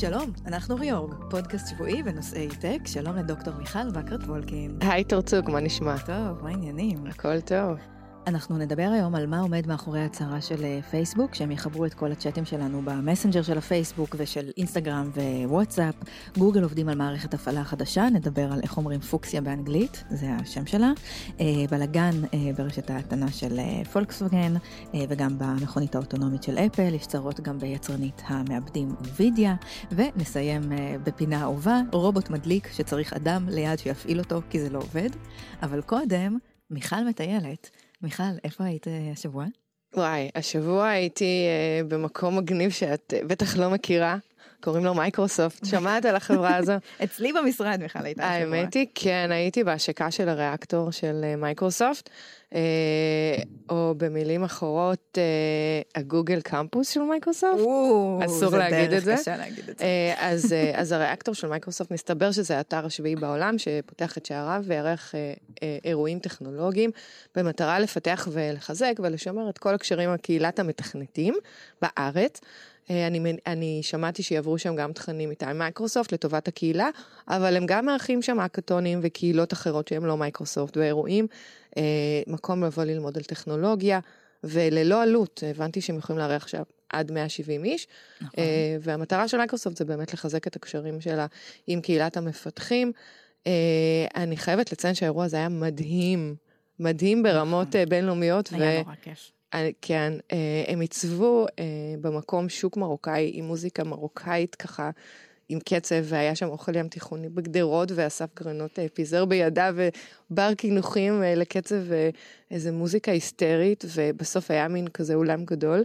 שלום, אנחנו ריאורג, פודקאסט שבועי בנושאי טק. שלום לדוקטור מיכל וקרת-וולקין. היי תורצוג, מה נשמע? טוב, מה העניינים? הכל טוב. אנחנו נדבר היום על מה עומד מאחורי ההצהרה של פייסבוק, שהם יחברו את כל הצ'אטים שלנו במסנג'ר של הפייסבוק ושל אינסטגרם ווואטסאפ. גוגל עובדים על מערכת הפעלה חדשה, נדבר על איך אומרים פוקסיה באנגלית, זה השם שלה. בלגן ברשת ההתנה של פולקסווגן, וגם במכונית האוטונומית של אפל, יש צרות גם ביצרנית המעבדים NVIDIA, ונסיים בפינה אהובה, רובוט מדליק שצריך אדם ליד שיפעיל אותו כי זה לא עובד. אבל קודם, מיכל מטיילת. מיכל, איפה היית השבוע? וואי, השבוע הייתי במקום מגניב שאת בטח לא מכירה, קוראים לו מייקרוסופט, שמעת על החברה הזו? אצלי במשרד, מיכל, היית השבוע. האמת היא, כן, הייתי בהשקה של הריאקטור של מייקרוסופט, או במילים אחרות, הגוגל קמפוס של מייקרוסופט. אסור להגיד את זה. זה דרך קשה להגיד את זה. אז הריאקטור של מייקרוסופט מסתבר שזה האתר השביעי בעולם, שפותח את שעריו ויערך אירועים טכנולוגיים, במטרה לפתח ולחזק ולשמר את כל הקשרים הקהילת המתכנתים בארץ. אני שמעתי שיעברו שם גם תכנים מטעם מייקרוסופט לטובת הקהילה, אבל הם גם מארחים שם האקתונים וקהילות אחרות שהם לא מייקרוסופט, ואירועים, מקום לבוא ללמוד על טכנולוגיה, וללא עלות, הבנתי שהם יכולים לארח עכשיו עד 170 איש, והמטרה של מייקרוסופט זה באמת לחזק את הקשרים שלה עם קהילת המפתחים. אני חייבת לציין שהאירוע הזה היה מדהים, מדהים ברמות בינלאומיות. היה נורא כיף. כן, הם עיצבו במקום שוק מרוקאי עם מוזיקה מרוקאית ככה, עם קצב, והיה שם אוכל ים תיכוני בגדרות, ואסף גרנות פיזר בידיו, ובר כינוחים לקצב איזו מוזיקה היסטרית, ובסוף היה מין כזה אולם גדול,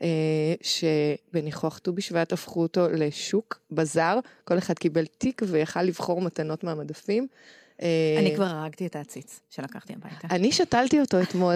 שבניחוח ט"ו בשבט הפכו אותו לשוק, בזאר, כל אחד קיבל תיק ויכל לבחור מתנות מהמדפים, אני כבר הרגתי את העציץ שלקחתי הביתה. אני שתלתי אותו אתמול,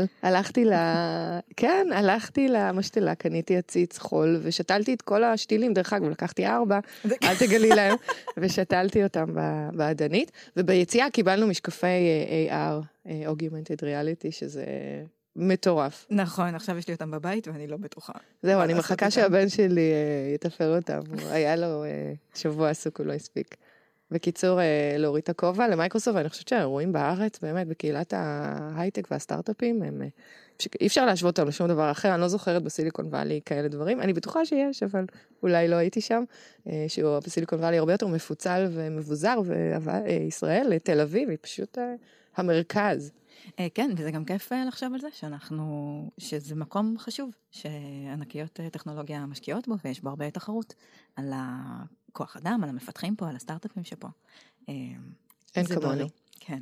הלכתי למשתלה, קניתי עציץ חול, ושתלתי את כל השתילים, דרך אגב, לקחתי 4, אל תגלי להם, ושתלתי אותם בעדנית, וביציאה קיבלנו משקפי AR, Augmented Reality, שזה מטורף. נכון, עכשיו יש לי אותם בבית, ואני לא בטוחה. זהו, אני מחכה שהבן שלי יתפר אותם, היה לו שבוע עסוק, הוא לא הספיק. בקיצור, להוריד את הכובע למייקרוסופט, ואני חושבת שהאירועים בארץ, באמת, בקהילת ההייטק והסטארט-אפים, אי אפשר להשוות אותם לשום דבר אחר, אני לא זוכרת בסיליקון ואלי כאלה דברים, אני בטוחה שיש, אבל אולי לא הייתי שם, שהוא בסיליקון ואלי הרבה יותר מפוצל ומבוזר, וישראל, תל אביב, היא פשוט המרכז. כן, וזה גם כיף לחשוב על זה, שזה מקום חשוב, שענקיות טכנולוגיה משקיעות בו, ויש בו הרבה תחרות על הכוח אדם, על המפתחים פה, על הסטארט-אפים שפה. אין כמונו. כן.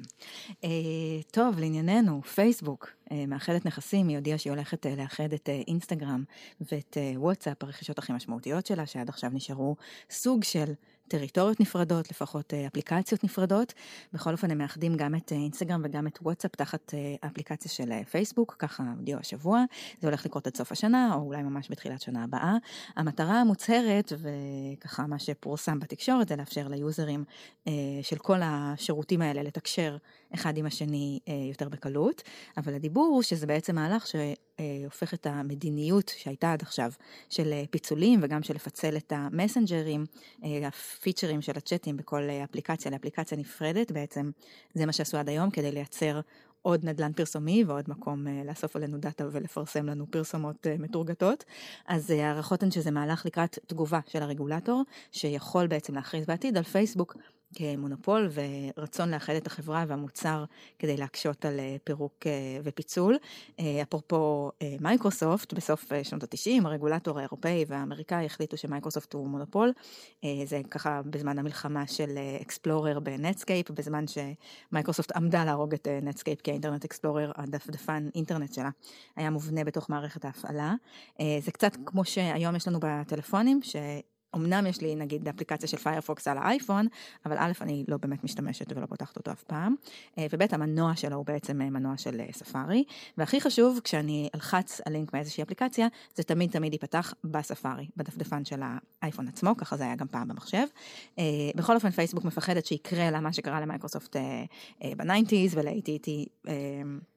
טוב, לענייננו, פייסבוק מאחדת נכסים, היא הודיעה שהיא הולכת לאחד את אינסטגרם ואת וואטסאפ, הרכישות הכי משמעותיות שלה, שעד עכשיו נשארו סוג של טריטוריות נפרדות, לפחות אפליקציות נפרדות. בכל אופן הם מאחדים גם את אינסטגרם וגם את וואטסאפ תחת האפליקציה של פייסבוק, ככה הודיעו השבוע. זה הולך לקרות עד סוף השנה, או אולי ממש בתחילת שנה הבאה. המטרה המוצהרת, וככה מה שפורסם בתקשורת, זה לאפשר ליוזרים של כל השירותים האלה לתקשר אחד עם השני יותר בקלות. אבל הדיבור הוא שזה בעצם מהלך שהופך את המדיניות שהייתה עד עכשיו של פיצולים וגם של לפצל את המסנג'רים, הפיצ'רים של הצ'אטים בכל אפליקציה לאפליקציה נפרדת, בעצם זה מה שעשו עד היום כדי לייצר עוד נדלן פרסומי ועוד מקום לאסוף עלינו דאטה ולפרסם לנו פרסומות מתורגתות. אז הערכות הן שזה מהלך לקראת תגובה של הרגולטור, שיכול בעצם להכריז בעתיד על פייסבוק כמונופול ורצון לאחד את החברה והמוצר כדי להקשות על פירוק ופיצול. אפרופו מייקרוסופט, בסוף שנות ה-90, הרגולטור האירופאי והאמריקאי החליטו שמייקרוסופט הוא מונופול. זה ככה בזמן המלחמה של אקספלורר בנטסקייפ, בזמן שמייקרוסופט עמדה להרוג את נטסקייפ כי האינטרנט אקספלורר, הדפדפן אינטרנט שלה, היה מובנה בתוך מערכת ההפעלה. זה קצת כמו שהיום יש לנו בטלפונים, אמנם יש לי נגיד אפליקציה של פיירפוקס על האייפון, אבל א' אני לא באמת משתמשת ולא פותחת אותו אף פעם, וב' המנוע שלו הוא בעצם מנוע של ספארי, והכי חשוב כשאני אלחץ על לינק מאיזושהי אפליקציה, זה תמיד ייפתח בספארי, בדפדפן של האייפון עצמו, ככה זה היה גם פעם במחשב. בכל אופן פייסבוק מפחדת שיקרה לה מה שקרה למייקרוסופט ב-90s ול-AT&T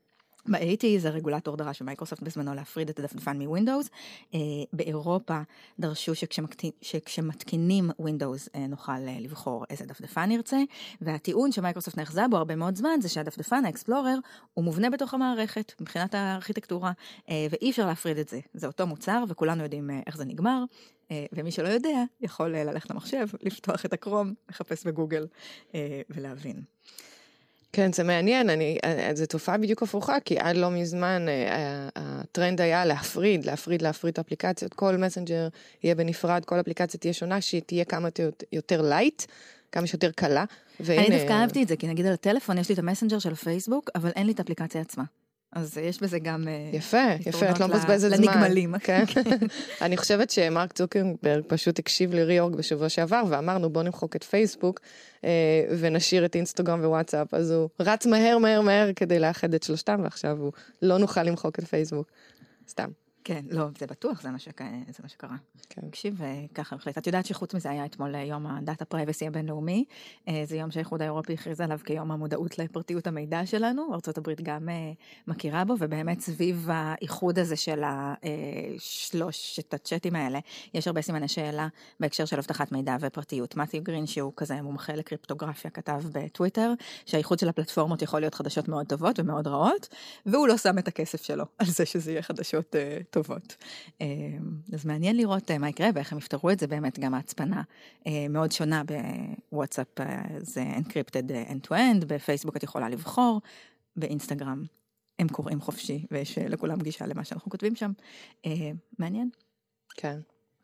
ב-80s הרגולטור דרש במייקרוסופט בזמנו להפריד את הדפדפן מווינדוס. באירופה דרשו שכשמתקינים ווינדוס נוכל לבחור איזה דפדפן נרצה, והטיעון שמייקרוסופט נחזה בו הרבה מאוד זמן זה שהדפדפן, האקספלורר, הוא מובנה בתוך המערכת מבחינת הארכיטקטורה, ואי אפשר להפריד את זה. זה אותו מוצר וכולנו יודעים איך זה נגמר, ומי שלא יודע יכול ללכת למחשב, לפתוח את הקרום, לחפש בגוגל ולהבין. כן, זה מעניין, זו תופעה בדיוק הפוכה, כי עד לא מזמן הטרנד היה להפריד את האפליקציות, כל מסנג'ר יהיה בנפרד, כל אפליקציה תהיה שונה, שתהיה כמה יותר לייט, כמה שיותר קלה. אני דווקא אהבתי את זה, כי נגיד על הטלפון יש לי את המסנג'ר של פייסבוק, אבל אין לי את האפליקציה עצמה. אז יש בזה גם יפה, את לא מבזבזת זמן. לנגמלים. כן. אני חושבת שמרק צוקרברג פשוט הקשיב לריאורג בשבוע שעבר, ואמרנו בוא נמחוק את פייסבוק, ונשאיר את אינסטגרם ווואטסאפ, אז הוא רץ מהר כדי לאחד את שלושתם, ועכשיו הוא לא נוכל למחוק את פייסבוק. סתם. כן, לא, זה בטוח, זה מה שקרה. תקשיב, ככה, את יודעת שחוץ מזה היה אתמול יום הדאטה פרייבסי הבינלאומי, זה יום שהאיחוד האירופי הכריז עליו כיום המודעות לפרטיות המידע שלנו, ארצות הברית גם מכירה בו, ובאמת סביב האיחוד הזה של שלושת הצ'אטים האלה, יש הרבה סימני שאלה בהקשר של הבטחת מידע ופרטיות. מתיו גרין, שהוא כזה מומחה לקריפטוגרפיה, כתב בטוויטר, שהאיחוד של הפלטפורמות יכול להיות חדשות מאוד טובות ומאוד רעות, והוא לא שם את הכסף שלו על זה שזה יהיה חדשות טובות. אז מעניין לראות מה יקרה ואיך הם יפתרו את זה, באמת גם ההצפנה מאוד שונה בוואטסאפ, זה encrypted end-to-end, בפייסבוק את יכולה לבחור, באינסטגרם הם קוראים חופשי, ויש לכולם גישה למה שאנחנו כותבים שם. מעניין. כן.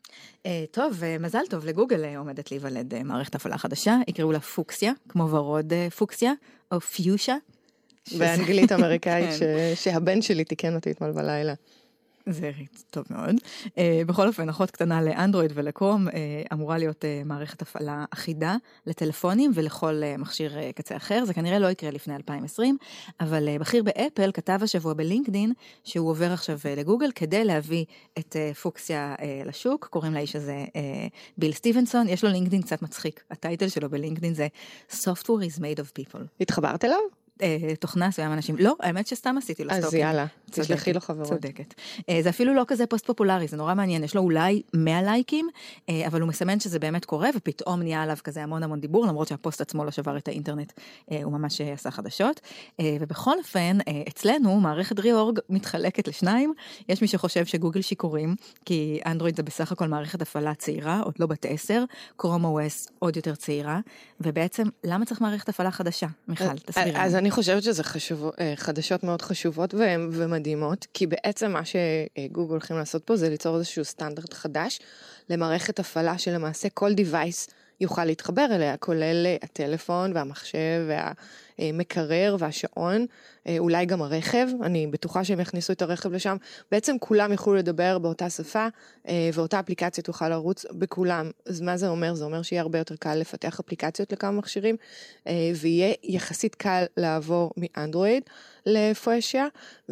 טוב, מזל טוב, לגוגל עומדת להיוולד מערכת הפעלה חדשה, יקראו לה פוקסיה, כמו ורוד פוקסיה, או פיושה. באנגלית אמריקאית, שהבן שלי תיקן אותי אתמול בלילה. זה טוב מאוד. בכל אופן, אחות קטנה לאנדרואיד ולקרום, אמורה להיות מערכת הפעלה אחידה לטלפונים ולכל מכשיר קצה אחר. זה כנראה לא יקרה לפני 2020, אבל בכיר באפל כתב השבוע בלינקדין שהוא עובר עכשיו לגוגל כדי להביא את פוקסיה לשוק. קוראים לאיש הזה ביל סטיבנסון. יש לו לינקדין קצת מצחיק. הטייטל שלו בלינקדין זה Software is made of people. התחברת אליו? תוכנה סוים אנשים, לא, האמת שסתם עשיתי לו סטוקינג. אז יאללה, תשלחי לו חברות. צודקת. זה אפילו לא כזה פוסט פופולרי, זה נורא מעניין, יש לו אולי 100 לייקים, אבל הוא מסמן שזה באמת קורה, ופתאום נהיה עליו כזה המון דיבור, למרות שהפוסט עצמו לא שבר את האינטרנט, הוא ממש עשה חדשות. ובכל אופן, אצלנו, מערכת ריאורג מתחלקת לשניים, יש מי שחושב שגוגל שיכורים, כי אנדרואיד זה בסך הכל מערכת הפעלה צעירה, עוד לא בת 10, קרום OS עוד יותר צעירה, ובעצם, למה צריך מערכת הפעלה חדשה? מיכל, תסבירי. אז אני חושבת שזה חדשות מאוד חשובות ומדהימות, כי בעצם מה שגוגל הולכים לעשות פה זה ליצור איזשהו סטנדרט חדש למערכת הפעלה שלמעשה כל device יוכל להתחבר אליה, כולל הטלפון והמחשב והמקרר והשעון, אולי גם הרכב, אני בטוחה שהם יכניסו את הרכב לשם, בעצם כולם יוכלו לדבר באותה שפה, ואותה אפליקציה תוכל לרוץ בכולם. אז מה זה אומר? זה אומר שיהיה הרבה יותר קל לפתח אפליקציות לכמה מכשירים, ויהיה יחסית קל לעבור מאנדרואיד לפואשיה,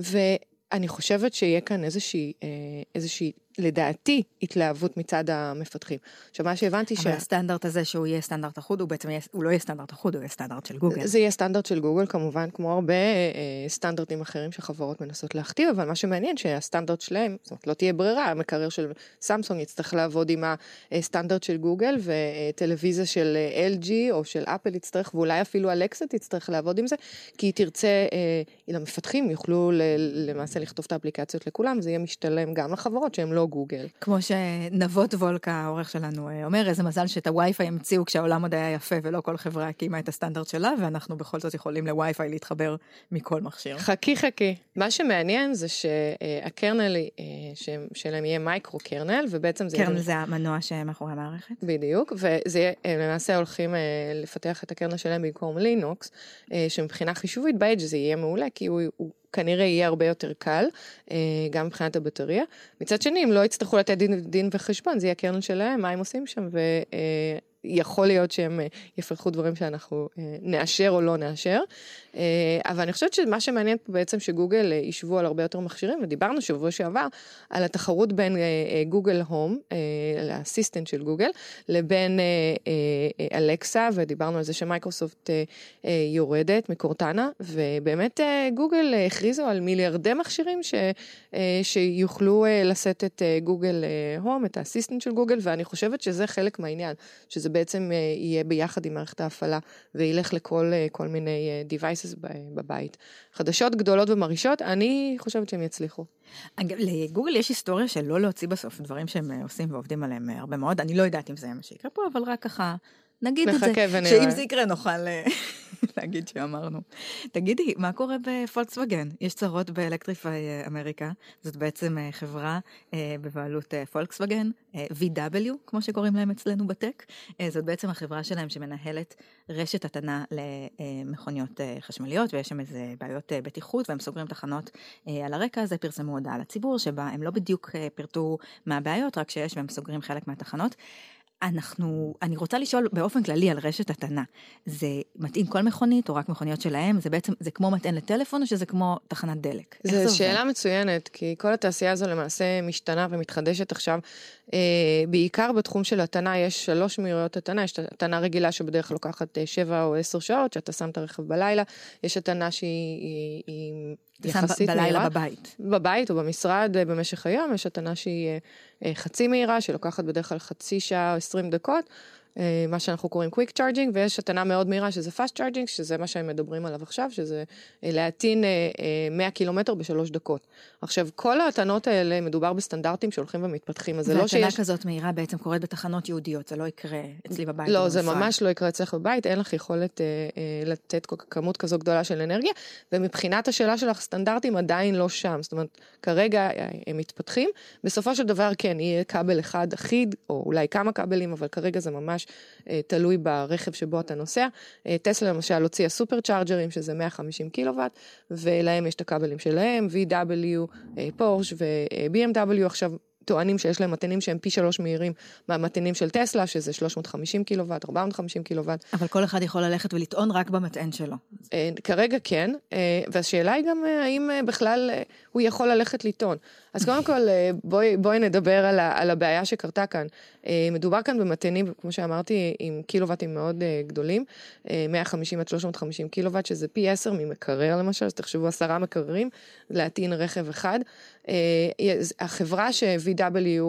ואני חושבת שיהיה כאן איזושהי לדעתי, התלהבות מצד המפתחים. עכשיו, מה שהבנתי אבל הסטנדרט הזה שהוא יהיה סטנדרט אחוד, הוא לא יהיה סטנדרט אחוד, הוא יהיה סטנדרט של גוגל. זה יהיה סטנדרט של גוגל, כמובן, כמו הרבה סטנדרטים אחרים שחברות מנסות להכתיב, אבל מה שמעניין שהסטנדרט שלהם, זאת אומרת, לא תהיה ברירה, המקרר של סמסונג יצטרך לעבוד עם הסטנדרט של גוגל, וטלוויזיה של LG או של אפל יצטרך, ואולי אפילו אלקסה תצטרך לעבוד עם זה, כי היא תרצה, למפתחים יוכלו למעשה לכתוב את האפליקציות לכולם, זה יהיה משתלם גם לחברות שהן לא גוגל. כמו שנבות וולקה, העורך שלנו, אומר, איזה מזל שאת הווי-פיי המציאו כשהעולם עוד היה יפה, ולא כל חברה הקימה את הסטנדרט שלה, ואנחנו בכל זאת יכולים לווי-פיי להתחבר מכל מכשיר. חכי. מה שמעניין זה שהקרנל שלהם יהיה מייקרו קרנל, ובעצם זה... קרנל זה המנוע שמאחורי המערכת? בדיוק, וזה למעשה הולכים לפתח את הקרנל שלהם במקום לינוקס, שמבחינה חישובית באדג' זה יהיה מעולה, כי הוא כנראה יהיה הרבה יותר קל, גם מבחינת הבטריה. מצד שני, אם לא יצטרכו לתת דין וחשבון, זה יהיה הקרנל שלהם, מה הם עושים שם, יכול להיות שהם יפתחו דברים שאנחנו נאשר או לא נאשר, אבל אני חושבת שמה שמעניין פה בעצם שגוגל ישבו על הרבה יותר מכשירים, ודיברנו שבוע שעבר על התחרות בין גוגל הום, לאסיסטנט של גוגל, לבין אלקסה, ודיברנו על זה שמייקרוסופט יורדת מקורטנה, ובאמת גוגל הכריזו על מיליארדי מכשירים שיוכלו לשאת את גוגל הום, את האסיסטנט של גוגל, ואני חושבת שזה חלק מהעניין, שזה בעצם יהיה ביחד עם מערכת ההפעלה, וילך לכל מיני devices בבית. חדשות גדולות ומרישות, אני חושבת שהם יצליחו. לגוגל יש היסטוריה של לא להוציא בסוף דברים שהם עושים ועובדים עליהם הרבה מאוד. אני לא יודעת אם זה מה שיקרה פה, אבל רק ככה נגיד את זה, שאם זה יקרה נוכל להגיד שאמרנו. תגידי, מה קורה בפולקסווגן? יש צרות באלקטריפיי אמריקה, זאת בעצם חברה בבעלות פולקסווגן, VW, כמו שקוראים להם אצלנו בטק, זאת בעצם החברה שלהם שמנהלת רשת התנה למכוניות חשמליות, ויש שם איזה בעיות בטיחות, והם סוגרים תחנות על הרקע הזה, פרסמו הודעה לציבור, שבה הם לא בדיוק פרטו מה הבעיות, רק שיש והם סוגרים חלק מהתחנות. אני רוצה לשאול באופן כללי על רשת התנה, זה מתאים כל מכונית או רק מכוניות שלהם? זה בעצם, זה כמו מתאים לטלפון או שזה כמו תחנת דלק? זו שאלה מצוינת, כי כל התעשייה הזו למעשה משתנה ומתחדשת עכשיו, בעיקר בתחום של התנה יש 3 מהירויות התנה, יש התנה רגילה שבדרך לוקחת 7 או 10 שעות, שאתה שם את הרכב בלילה, יש התנה שהיא יחסית מהירה. בלילה בבית. בבית או במשרד במשך היום, יש התנה שהיא חצי מהירה, שלוקחת בדרך כלל חצי שעה או 20 דקות, מה שאנחנו קוראים quick charging, ויש התנה מאוד מהירה שזה fast charging, שזה מה שהם מדברים עליו עכשיו, שזה להטעין 100 קילומטר ב3 דקות. עכשיו, כל ההתנות האלה מדובר בסטנדרטים שהולכים ומתפתחים, אז זה לא שיש... והתנה כזאת מהירה בעצם קורית בתחנות יהודיות, זה לא יקרה אצלי בבית. לא, זה ממש לא יקרה אצלך בבית, אין לך יכולת לתת כמות כזו גדולה של אנרגיה, ומבחינת השאלה שלך, סטנדרטים עדיין לא שם, זאת אומרת, כרגע הם מתפתחים, בסופו של דבר כן, יהיה כבל אחד אחיד, או אולי כמה כבלים, אבל כרגע זה ממש תלוי ברכב שבו אתה נוסע. טסלה למשל הוציאה סופר צ'ארג'רים, שזה 150 קילוואט, ולהם יש את הכבלים שלהם, VW, פורש ו-BMW עכשיו טוענים שיש להם מתנים שהם פי 3 מהירים מהמתנים של טסלה, שזה 350 קילוואט, 450 קילוואט. אבל כל אחד יכול ללכת ולטעון רק במתן שלו. כרגע כן, והשאלה היא גם האם בכלל הוא יכול ללכת לטעון. אז קודם כל, בואי נדבר על הבעיה שקרתה כאן. מדובר כאן במתנים, כמו שאמרתי, עם קילוואטים מאוד גדולים, 150 עד 350 קילוואט, שזה פי 10 ממקרר למשל, אז תחשבו 10 מקררים, להטעין רכב אחד. החברה ש-VW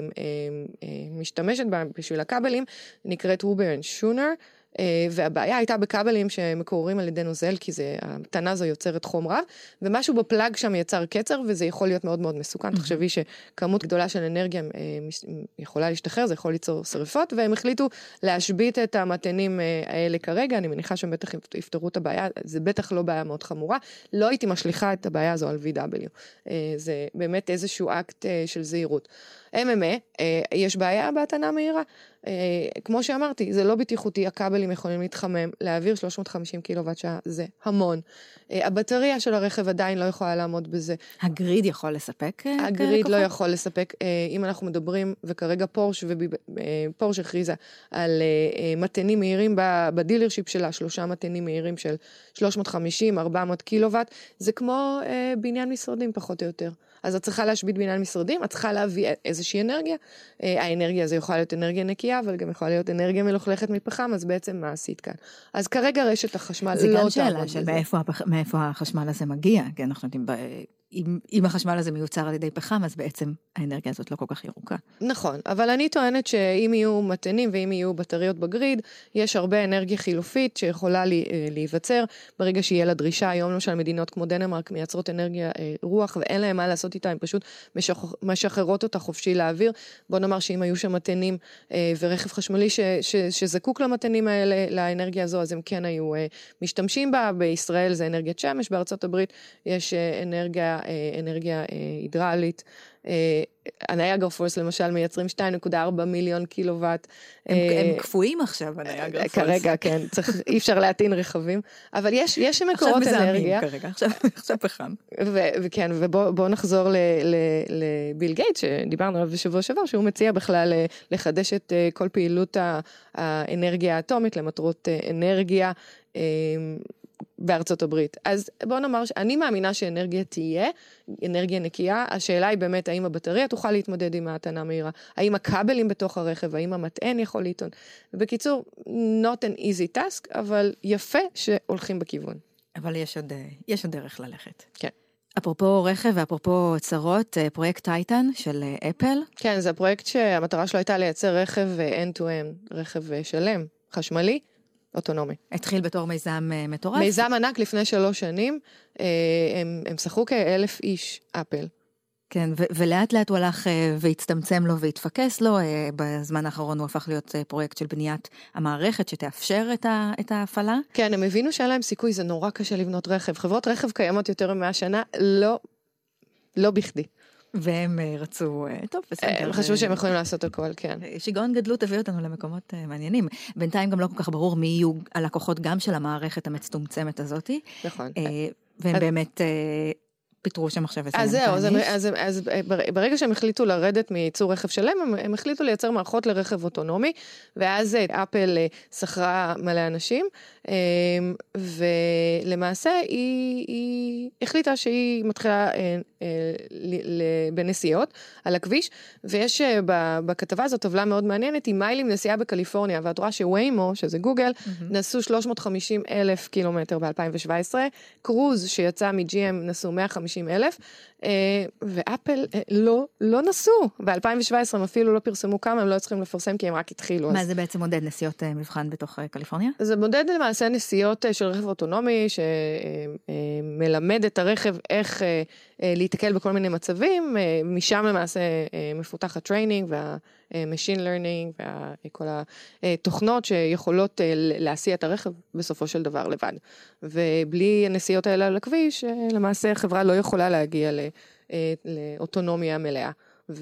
משתמשת בה בשביל הכבלים, נקראת רובר אנד שונר, והבעיה הייתה בכבלים שמקוררים על ידי נוזל, כי התנה הזו יוצרת חום רב, ומשהו בפלאג שם יצר קצר, וזה יכול להיות מאוד מאוד מסוכן. תחשבי שכמות גדולה של אנרגיה יכולה להשתחרר, זה יכול ליצור שריפות, והם החליטו להשבית את המתנים האלה כרגע, אני מניחה שהם בטח יפתרו את הבעיה, זה בטח לא בעיה מאוד חמורה, לא הייתי משליחה את הבעיה הזו על VW. זה באמת איזשהו אקט של זהירות. MMA, יש בעיה בהתנה מהירה. כמו שאמרתי, זה לא בטיחותי, הכבלים יכולים להתחמם, להעביר 350 קילוואט שעה, זה המון. הבטריה של הרכב עדיין לא יכולה לעמוד בזה. הגריד יכול לספק? הגריד לא יכול לספק. אם אנחנו מדברים, וכרגע פורש הכריזה על מתנים מהירים בדילרשיפ שלה, 3 מתנים מהירים של 350-400 קילוואט, זה כמו בניין משרדים פחות או יותר. אז את צריכה להשבית בניין משרדים, את צריכה להביא איזושהי אנרגיה. האנרגיה הזו יכולה להיות אנרגיה נקייה, אבל גם יכולה להיות אנרגיה מלוכלכת מפחם, אז בעצם מה עשית כאן? אז כרגע רשת החשמל לא תעבוד. זה גם שאלה של מאיפה החשמל הזה מגיע, כי אנחנו יודעים, אם החשמל הזה מיוצר על ידי פחם, אז בעצם האנרגיה הזאת לא כל כך ירוקה. נכון, אבל אני טוענת שאם יהיו מתנים ואם יהיו בטריות בגריד, יש הרבה אנרגיה חילופית שיכולה להיווצר ברגע שיהיה לה דרישה. היום למשל מדינות כמו דנמרק מייצרות אנרגיה רוח ואין להם מה לעשות איתה, הן פשוט משחררות אותה חופשי לאוויר. בוא נאמר שאם היו שם מתנים ורכב חשמלי שזקוק למתנים האלה, לאנרגיה הזו, אז הם כן היו משתמשים בה. בישראל זה אנרגיית שמש, בארצות הברית יש אנרגיה אנרגיה הידרלית. הניאגרה פולס למשל מייצרים 2.4 מיליון קילוואט. הם קפואים עכשיו, הניאגרה פולס. כרגע, כן, אי אפשר להטעין רכבים, אבל יש מקורות אנרגיה. עכשיו מזהמים כרגע, עכשיו פחם. וכן, ובואו נחזור לביל גייט, שדיברנו עליו בשבוע שעבר, שהוא מציע בכלל לחדש את כל פעילות האנרגיה האטומית למטרות אנרגיה, בארצות הברית. אז בוא נאמר שאני מאמינה שאנרגיה תהיה, אנרגיה נקייה, השאלה היא באמת האם הבטריה תוכל להתמודד עם ההטענה מהירה, האם הכבלים בתוך הרכב, האם המטען יכול לטעון. ובקיצור, not an easy task, אבל יפה שהולכים בכיוון. אבל יש עוד דרך ללכת. כן. אפרופו רכב ואפרופו צרות, פרויקט טייטן של אפל. כן, זה הפרויקט שהמטרה שלו הייתה לייצר רכב end-to-end, רכב שלם, חשמלי, אוטונומי. התחיל בתור מיזם מטורף. מיזם ענק לפני 3 שנים, הם שכרו כ1,000 איש, אפל. כן, ולאט לאט הוא הלך והצטמצם לו והתפקס לו, בזמן האחרון הוא הפך להיות פרויקט של בניית המערכת שתאפשר את ההפעלה. כן, הם הבינו שאין להם סיכוי, זה נורא קשה לבנות רכב. חברות רכב קיימות יותר מ100 שנה, לא בכדי. והם רצו, טוב, בסדר. הם חשבו שהם יכולים לעשות הכל, כן. שיגעון גדלות הביא אותנו למקומות מעניינים. בינתיים גם לא כל כך ברור מי יהיו הלקוחות גם של המערכת המצטומצמת הזאת. נכון. והם באמת פיתרו שם עכשיו אז זהו, אז ברגע שהם החליטו לרדת מייצור רכב שלם, הם החליטו לייצר מערכות לרכב אוטונומי, ואז אפל שכרה מלא אנשים, ולמעשה היא החליטה שהיא מתחילה בנסיעות על הכביש, ויש בכתבה הזאת טבלה מאוד מעניינת, היא מיילים נסיעה בקליפורניה, ואת רואה שוויימו, שזה גוגל, נסו 350,000 קילומטר ב-2017, קרוז שיצא מ-GM נסו 150,000, ואפל לא נסו. ב-2017 הם אפילו לא פרסמו כמה, הם לא צריכים לפרסם כי הם רק התחילו. מה זה בעצם מודד נסיעות מבחן בתוך קליפורניה? זה מודד למעשה נסיעות של רכב אוטונומי, שמלמד את הרכב איך להתקל בכל מיני מצבים, משם למעשה מפותח הטריינינג והמשין לרנינג וכל התוכנות שיכולות להסיע את הרכב בסופו של דבר לבד. ובלי הנסיעות האלה על הכביש, למעשה החברה לא יכולה להגיע לאוטונומיה מלאה.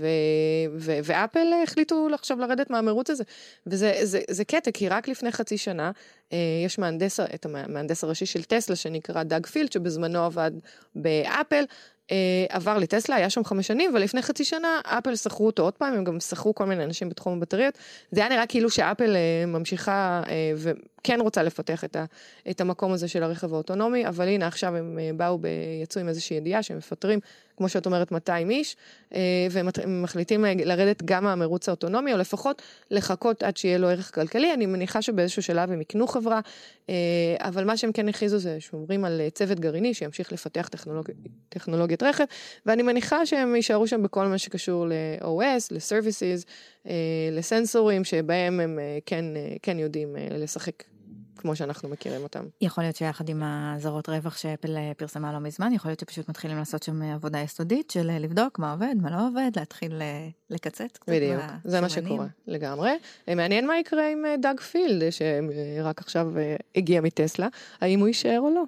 ואפל החליטו עכשיו לרדת מהמרוץ הזה. וזה קטע, כי רק לפני חצי שנה, יש את המהנדס הראשי של טסלה, שנקרא דאג פילד, שבזמנו עבד באפל, עבר לטסלה, היה שם 5 שנים, ולפני חצי שנה אפל שכרו אותו עוד פעם, הם גם שכרו כל מיני אנשים בתחום הבטריות, זה היה נראה כאילו שאפל ממשיכה וכן רוצה לפתח את המקום הזה של הרכב האוטונומי, אבל הנה עכשיו הם יצאו עם איזושהי ידיעה שהם מפטרים, כמו שאת אומרת 200 איש, והם מחליטים לרדת גם מהמרוץ האוטונומי, או לפחות לחכות עד שיהיה לו ערך כלכלי, אני מניחה שבאיזשהו שלב הם יקנו חברה, אבל מה שהם כן הכריזו זה שאומרים על צוות גרעיני שימשיך לפתח טכנולוגיית רכב, ואני מניחה שהם יישארו שם בכל מה שקשור ל-OS, ל-Services, לסנסורים, שבהם הם כן יודעים לשחק כמו שאנחנו מכירים אותם. יכול להיות שיחד עם הזרות רווח שאפל פרסמה לא מזמן, יכול להיות שפשוט מתחילים לעשות שם עבודה יסודית של לבדוק מה עובד, מה לא עובד, להתחיל לקצת. בדיוק, זה מה שקורה לגמרי. מעניין מה יקרה עם דאג פילד, שרק עכשיו הגיע מטסלה, האם הוא יישאר או לא?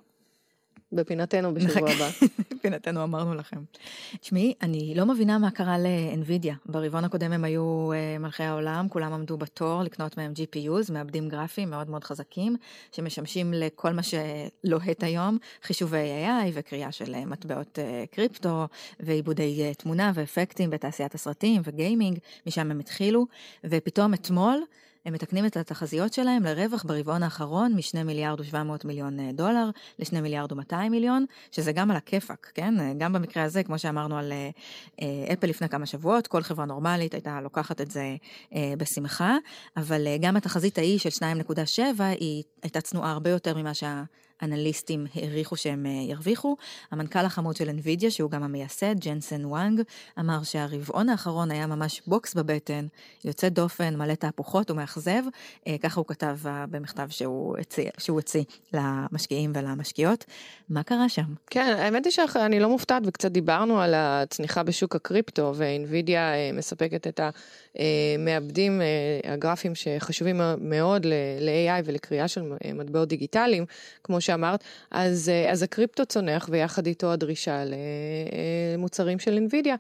בפינתנו בשבוע הבא. בפינתנו אמרנו לכם. תשמעי, אני לא מבינה מה קרה לאנווידיה. ברבעון הקודם הם היו מלכי העולם, כולם עמדו בתור לקנות מהם GPUs, מעבדים גרפיים מאוד מאוד חזקים, שמשמשים לכל מה שלוהט היום, חישובי AI וקריאה של מטבעות קריפטו, ועיבודי תמונה ואפקטים בתעשיית הסרטים וגיימינג, משם הם התחילו, ופתאום אתמול, הם מתקנים את התחזיות שלהם לרווח ברבעון האחרון מ2 מיליארד ו700 מיליון דולר ל2 מיליארד ו200 מיליון, שזה גם על הכיפק, כן? גם במקרה הזה, כמו שאמרנו על אפל לפני כמה שבועות, כל חברה נורמלית הייתה לוקחת את זה בשמחה, אבל גם התחזית ההיא של 2.7 היא הייתה צנועה הרבה יותר ממה אנליסטים העריכו שהם ירוויחו. המנכ"ל החמוד של NVIDIA, שהוא גם המייסד, ג'נסן וואנג, אמר שהרבעון האחרון היה ממש בוקס בבטן, יוצא דופן, מלא תהפוכות ומאכזב. ככה הוא כתב במכתב שהוא הוציא למשקיעים ולמשקיעות. מה קרה שם? כן, האמת היא שאני לא מופתעת, וקצת דיברנו על הצניחה בשוק הקריפטו, ו-NVIDIA מספקת את המעבדים הגרפיים שחשובים מאוד ל-AI ולקריאה של מטבעות דיגיטליים, כמו שאמרת, אז הקריפטו צונח, ויחד איתו הדרישה למוצרים של NVIDIA,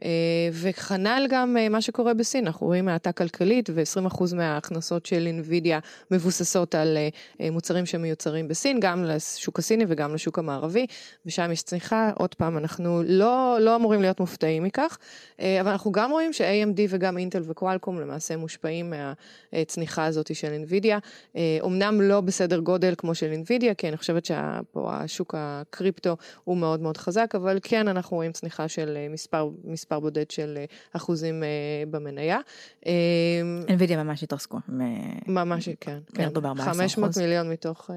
וכנ"ל גם מה שקורה בסין, אנחנו רואים האטה כלכלית, ו20% מההכנסות של NVIDIA מבוססות על מוצרים שמיוצרים בסין, גם לשוק הסיני וגם לשוק המערבי, ושם יש צניחה, עוד פעם, אנחנו לא אמורים להיות מופתעים מכך, אבל אנחנו גם רואים ש-AMD וגם אינטל וקואלקום למעשה מושפעים מהצניחה הזאת של NVIDIA, אמנם לא בסדר גודל כמו של NVIDIA, כי אני חושבת שפה השוק הקריפטו הוא מאוד מאוד חזק, אבל כן אנחנו רואים צניחה של מספר בודד של אחוזים במניה. NVIDIA ממש התרסקו. ממש, כן. 500 מיליון מתוך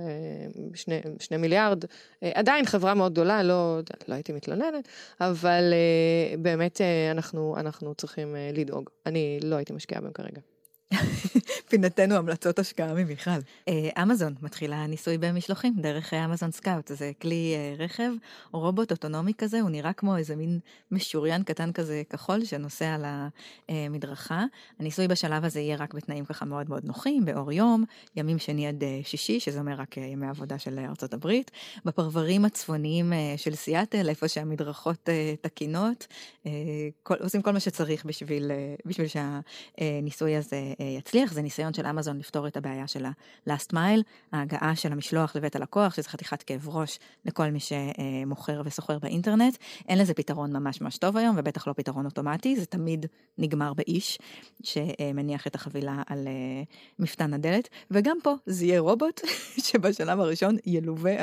2 מיליארד. עדיין חברה מאוד גדולה, לא הייתי מתלוננת, אבל באמת אנחנו צריכים לדאוג. אני לא הייתי משקיעה בהם כרגע. פינתנו המלצות השקעה ממיכל. אמזון מתחילה ניסוי במשלוחים דרך אמזון סקאוט. זה כלי רכב או רובוט אוטונומי כזה, הוא נראה כמו איזה מין משוריין קטן כזה כחול שנוסע על המדרכה. הניסוי בשלב הזה יהיה רק בתנאים ככה מאוד מאוד נוחים, באור יום, ימים שני עד שישי, שזה אומר רק ימי עבודה של ארצות הברית, בפרברים הצפוניים של סיאטל, איפה שהמדרכות תקינות, עושים כל מה שצריך בשביל שהניסוי הזה יצליח. זה ניסיון של אמזון לפתור את הבעיה של ה-last mile, ההגעה של המשלוח לבית הלקוח, שזה חתיכת כאב ראש לכל מי שמוכר וסוחר באינטרנט. אין לזה פתרון ממש ממש טוב היום, ובטח לא פתרון אוטומטי, זה תמיד נגמר באיש שמניח את החבילה על מפתן הדלת, וגם פה זה יהיה רובוט שבשלב הראשון ילווה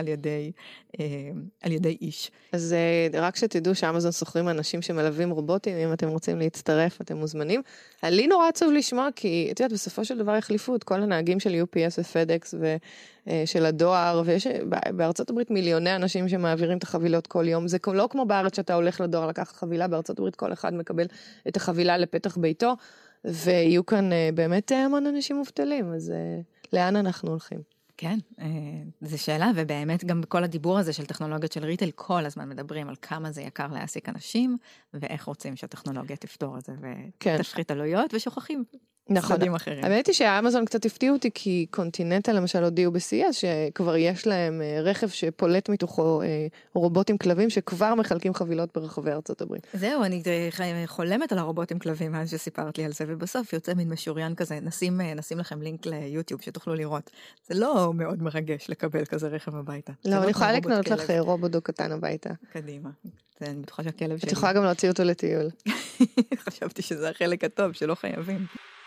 על ידי איש. אז רק שתדעו שאמזון סוחרים אנשים שמלווים רובוטים, אם אתם רוצים להצטרף, אתם מוזמנים. לי נורא עצוב לשמוע, כי את יודעת, בסופו של דבר יחליפו את כל הנהגים של UPS ופדקס ושל הדואר, ויש בארצות הברית מיליוני אנשים שמעבירים את החבילות כל יום. זה לא כמו בארץ שאתה הולך לדואר לקחת חבילה, בארצות הברית כל אחד מקבל את החבילה לפתח ביתו, ויהיו כאן באמת המון אנשים מובטלים, אז לאן אנחנו הולכים? כן, זו שאלה, ובאמת גם בכל הדיבור הזה של טכנולוגיות של ריטל, כל הזמן מדברים על כמה זה יקר להעסיק אנשים, ואיך רוצים שהטכנולוגיה תפתור את זה, ותפחית עלויות, ושוכחים צדדים אחרים. האמת היא שהאמזון קצת הפתיעו אותי, כי קונטיננטל למשל הודיעו ב-CS, שכבר יש להם רכב שפולט מתוכו רובוטים כלבים, שכבר מחלקים חבילות ברחבי ארצות הברית. זהו, אני חולמת על הרובוטים כלבים, מה שסיפרת לי על זה, ובסוף יוצא מין משוריין כזה, נשים לכם לינק ליוטיוב שתוכלו לראות. זה לא מאוד מרגש לקבל כזה רכב הביתה. לא, אני יכולה לקנות לך רובוט קטן הביתה. קדימה. אני בטוחה שהכלב שלי. את יכולה גם להוציא אותו לטיול. חשבתי שזה החלק הטוב, שלא חייבים.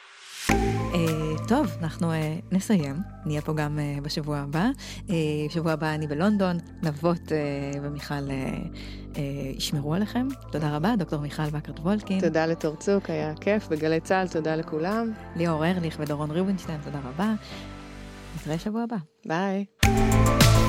טוב, אנחנו נסיים, נהיה פה גם בשבוע הבא. בשבוע הבא אני בלונדון, נבות ומיכל ישמרו עליכם. תודה רבה, דוקטור מיכל בקרט-וולקין. תודה לתורצוק, היה כיף, בגלי צהל, תודה לכולם. ליאור ארליך ודורון רובינשטיין, תודה רבה. נתראה שבוע הבא. ביי.